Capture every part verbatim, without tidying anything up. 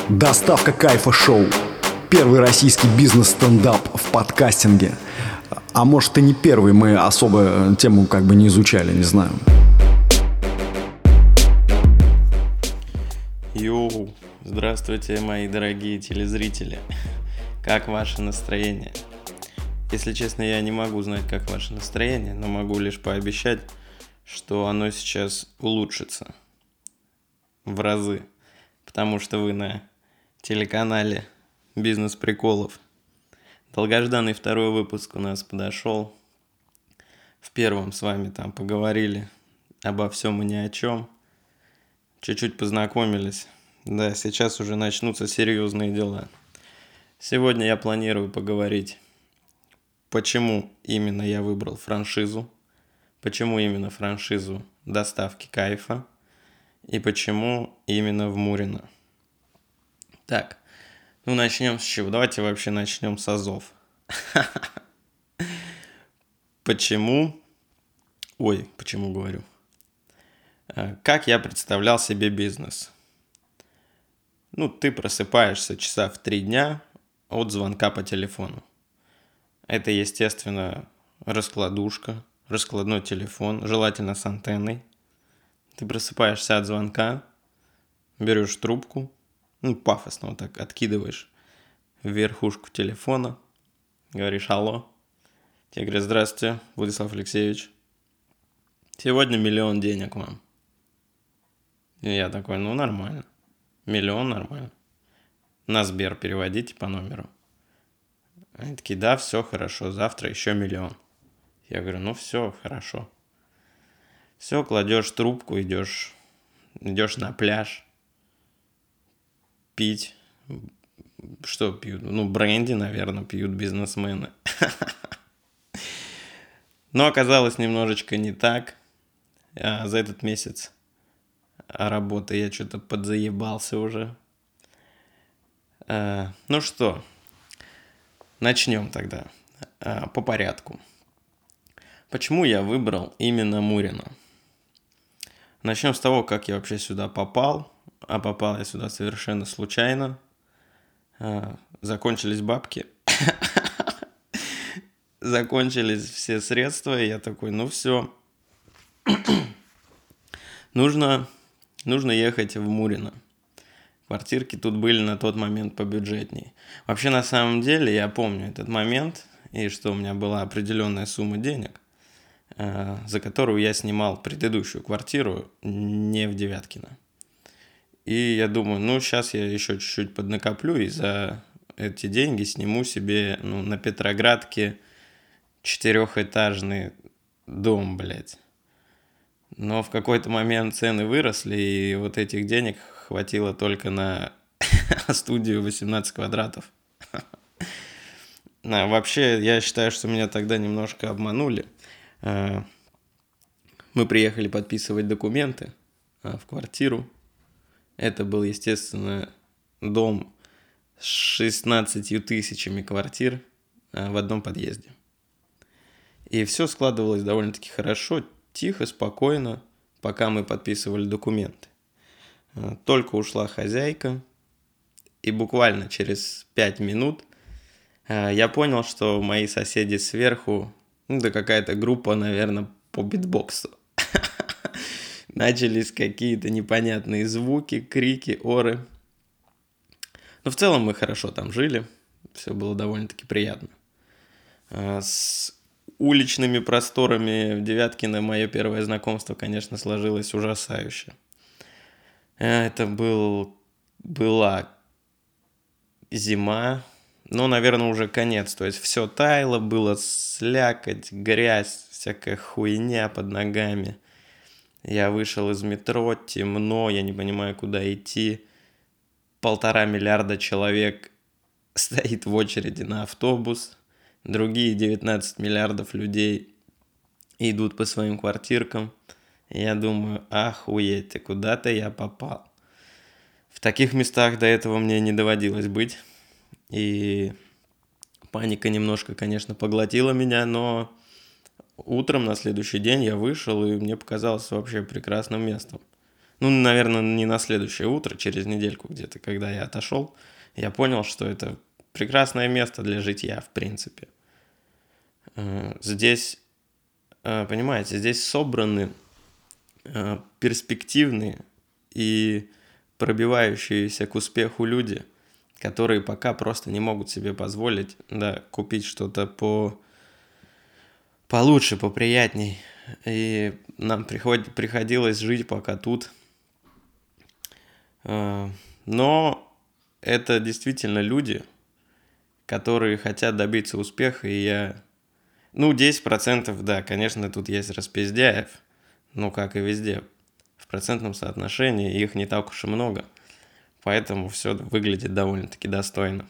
Доставка кайфа шоу. Первый российский бизнес-стендап в подкастинге. А может и не первый, мы особо тему как бы не изучали, не знаю. Йоу, здравствуйте, мои дорогие телезрители. Как ваше настроение? Если честно, я не могу знать, как ваше настроение, но могу лишь пообещать, что оно сейчас улучшится в разы, потому что вы на телеканале «Бизнес приколов». Долгожданный второй выпуск у нас подошел. В первом с вами там поговорили обо всем и ни о чем. Чуть-чуть познакомились. Да, сейчас уже начнутся серьезные дела. Сегодня я планирую поговорить, почему именно я выбрал франшизу, почему именно франшизу доставки кайфа и почему именно в Мурино. Так, ну начнем с чего? Давайте вообще начнем с азов. Почему? Ой, почему говорю? Как я представлял себе бизнес? Ну, ты просыпаешься часа в три дня от звонка по телефону. Это, естественно, раскладушка, раскладной телефон, желательно с антенной. Ты просыпаешься от звонка, берешь трубку, ну, пафосно вот так откидываешь в верхушку телефона, говоришь «Алло». Тебе говорят «Здравствуйте, Владислав Алексеевич. Сегодня миллион денег вам». И я такой, ну, нормально. Миллион нормально. На Сбер переводите по номеру. Они такие, да, все хорошо, завтра еще миллион. Я говорю, ну, все хорошо. Все, кладешь трубку, идешь, идешь на пляж. Пить. Что пьют? Ну, бренди, наверное, пьют бизнесмены. Но оказалось немножечко не так. А за этот месяц работы я что-то подзаебался уже. А, ну что, начнем тогда а, по порядку. Почему я выбрал именно Мурино? Начнем с того, как я вообще сюда попал. А попал я сюда совершенно случайно. А, закончились бабки. Закончились все средства. И я такой, ну все. нужно, нужно ехать в Мурино. Квартирки тут были на тот момент побюджетней. Вообще, на самом деле, я помню этот момент. И что у меня была определенная сумма денег, за которую я снимал предыдущую квартиру не в Девяткино. И я думаю, ну, сейчас я еще чуть-чуть поднакоплю и за эти деньги сниму себе, ну, на Петроградке четырехэтажный дом, блядь. Но в какой-то момент цены выросли, и вот этих денег хватило только на студию восемнадцать квадратов. А, вообще, я считаю, что меня тогда немножко обманули. Мы приехали подписывать документы в квартиру. Это был, естественно, дом с шестнадцатью тысячами квартир в одном подъезде. И все складывалось довольно-таки хорошо, тихо, спокойно, пока мы подписывали документы. Только ушла хозяйка, и буквально через пять минут я понял, что мои соседи сверху, ну да какая-то группа, наверное, по битбоксу. Начались какие-то непонятные звуки, крики, оры. Но в целом мы хорошо там жили. Все было довольно-таки приятно. С уличными просторами в Девяткино мое первое знакомство, конечно, сложилось ужасающе. Это был, была зима, но, наверное, уже конец. То есть все таяло, было слякоть, грязь, всякая хуйня под ногами. Я вышел из метро, темно, я не понимаю, куда идти. Полтора миллиарда человек стоит в очереди на автобус. Другие девятнадцать миллиардов людей идут по своим квартиркам. Я думаю, охуеть, куда-то я попал. В таких местах до этого мне не доводилось быть. И паника немножко, конечно, поглотила меня, но утром на следующий день я вышел, и мне показалось вообще прекрасным местом. Ну, наверное, не на следующее утро, через недельку где-то, когда я отошел, я понял, что это прекрасное место для житья, в принципе. Здесь, понимаете, здесь собраны перспективные и пробивающиеся к успеху люди, которые пока просто не могут себе позволить, да, купить что-то по получше, поприятней. И нам приход... приходилось жить пока тут. Но это действительно люди, которые хотят добиться успеха, и я... Ну, десять процентов, да, конечно, тут есть распиздяев, ну, как и везде. В процентном соотношении их не так уж и много, поэтому все выглядит довольно-таки достойно.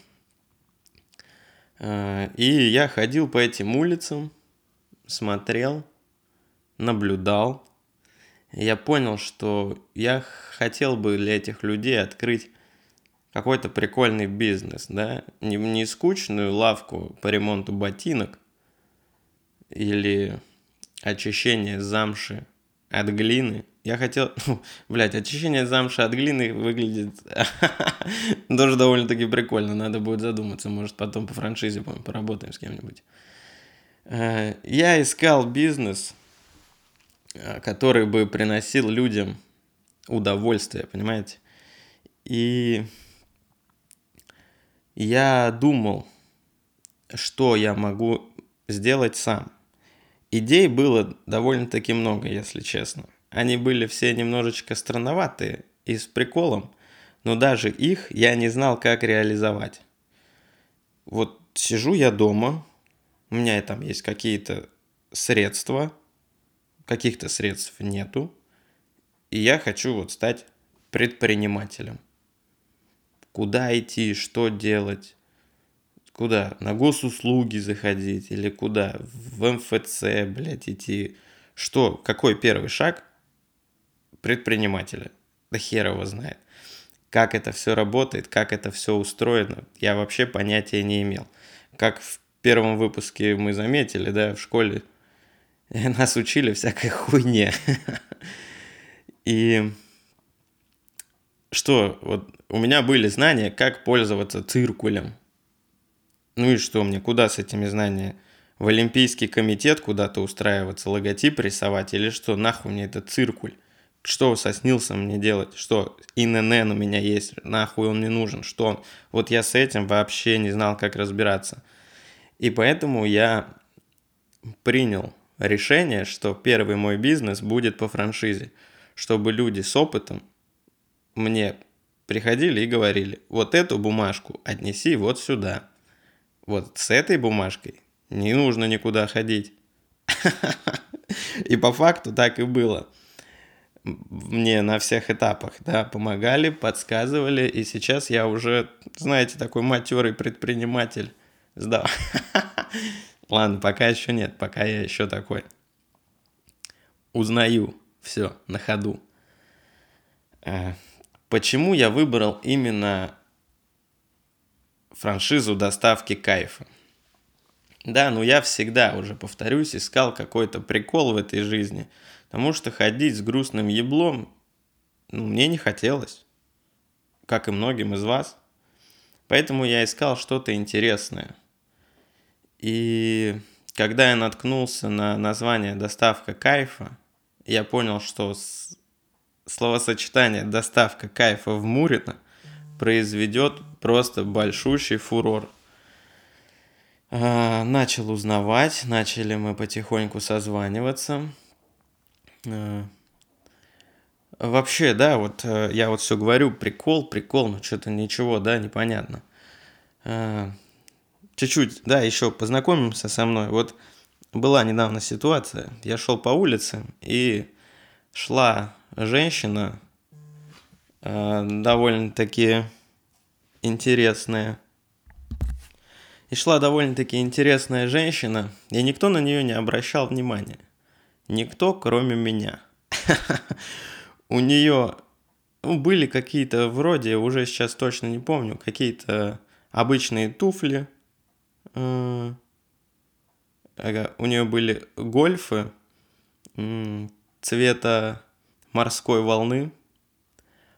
И я ходил по этим улицам, смотрел, наблюдал. Я понял, что я хотел бы для этих людей открыть какой-то прикольный бизнес, да, не, не скучную лавку по ремонту ботинок или очищение замши от глины. Я хотел... Ну, блядь, очищение замши от глины выглядит тоже довольно-таки прикольно. Надо будет задуматься. Может, потом по франшизе поработаем с кем-нибудь. Я искал бизнес, который бы приносил людям удовольствие, понимаете? И я думал, что я могу сделать сам. Идей было довольно-таки много, если честно. Они были все немножечко странноватые и с приколом, но даже их я не знал, как реализовать. Вот сижу я дома, у меня там есть какие-то средства, каких-то средств нету, и я хочу вот стать предпринимателем. Куда идти, что делать? Куда? На госуслуги заходить или куда? В эм эф цэ, блядь, идти. Что? Какой первый шаг предпринимателя? Да хер его знает. Как это все работает, как это все устроено, я вообще понятия не имел. Как в первом выпуске мы заметили, да, в школе нас учили всякой хуйне. И что? Вот у меня были знания, как пользоваться циркулем. Ну и что мне, куда с этими знаниями? В Олимпийский комитет куда-то устраиваться, логотип рисовать или что? Нахуй мне этот циркуль? Что со снился мне делать? Что? эн эн эн у меня есть, нахуй он мне нужен? Что? Вот я с этим вообще не знал, как разбираться. И поэтому я принял решение, что первый мой бизнес будет по франшизе. Чтобы люди с опытом мне приходили и говорили, вот эту бумажку отнеси вот сюда. Вот с этой бумажкой не нужно никуда ходить. И по факту так и было. Мне на всех этапах, да, помогали, подсказывали, и сейчас я уже, знаете, такой матерый предприниматель. Сдал. Ладно, пока еще нет, пока я еще такой. Узнаю все на ходу. Почему я выбрал именно франшизу доставки кайфа? Да, ну я всегда, уже повторюсь, искал какой-то прикол в этой жизни, потому что ходить с грустным еблом, ну, мне не хотелось, как и многим из вас. Поэтому я искал что-то интересное. И когда я наткнулся на название «Доставка кайфа», я понял, что словосочетание «доставка кайфа в Мурино» произведет просто большущий фурор. А, начал узнавать, начали мы потихоньку созваниваться. А, вообще, да, вот я вот все говорю, прикол, прикол, но что-то ничего, да, непонятно. А, чуть-чуть, да, еще познакомимся со мной. Вот была недавно ситуация, я шел по улице, и шла женщина, а, довольно-таки интересная. И шла довольно-таки интересная женщина, и никто на нее не обращал внимания. Никто, кроме меня. У нее были какие-то, вроде, уже сейчас точно не помню, какие-то обычные туфли. У нее были гольфы цвета морской волны.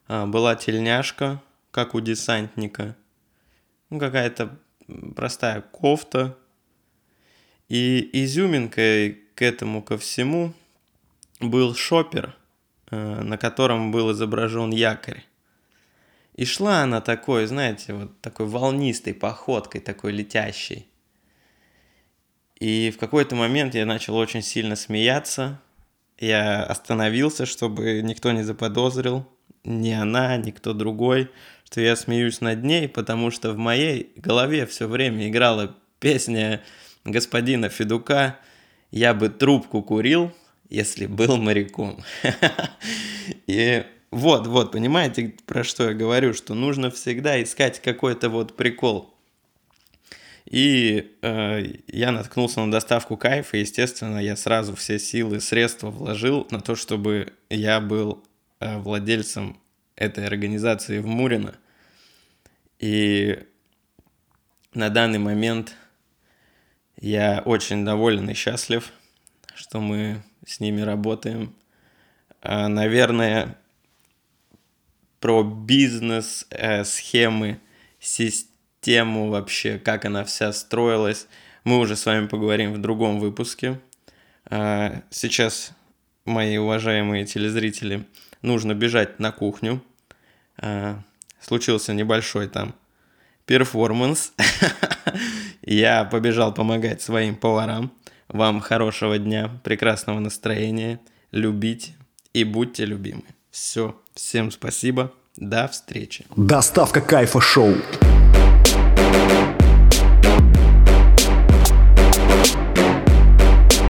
была тельняшка, как у десантника. Ну, какая-то простая кофта. И изюминкой к этому ко всему был шопер, на котором был изображен якорь. И шла она такой, знаете, вот такой волнистой походкой, такой летящей. И в какой-то момент я начал очень сильно смеяться. Я остановился, чтобы никто не заподозрил, ни она, ни кто другой, что я смеюсь над ней, потому что в моей голове все время играла песня господина Федука «Я бы трубку курил, если был моряком». И вот, вот, понимаете, про что я говорю, что нужно всегда искать какой-то вот прикол. И э, я наткнулся на доставку кайфа, и, естественно, я сразу все силы, средства вложил на то, чтобы я был э, владельцем этой организации в Мурино. И на данный момент я очень доволен и счастлив, что мы с ними работаем. А, наверное, про бизнес, э, схемы, систему вообще, как она вся строилась, мы уже с вами поговорим в другом выпуске. А, сейчас, мои уважаемые телезрители, нужно бежать на кухню. А, случился небольшой там перформанс. Я побежал помогать своим поварам. Вам хорошего дня, прекрасного настроения. Любите и будьте любимы. Все, всем спасибо, до встречи. Доставка кайфа шоу.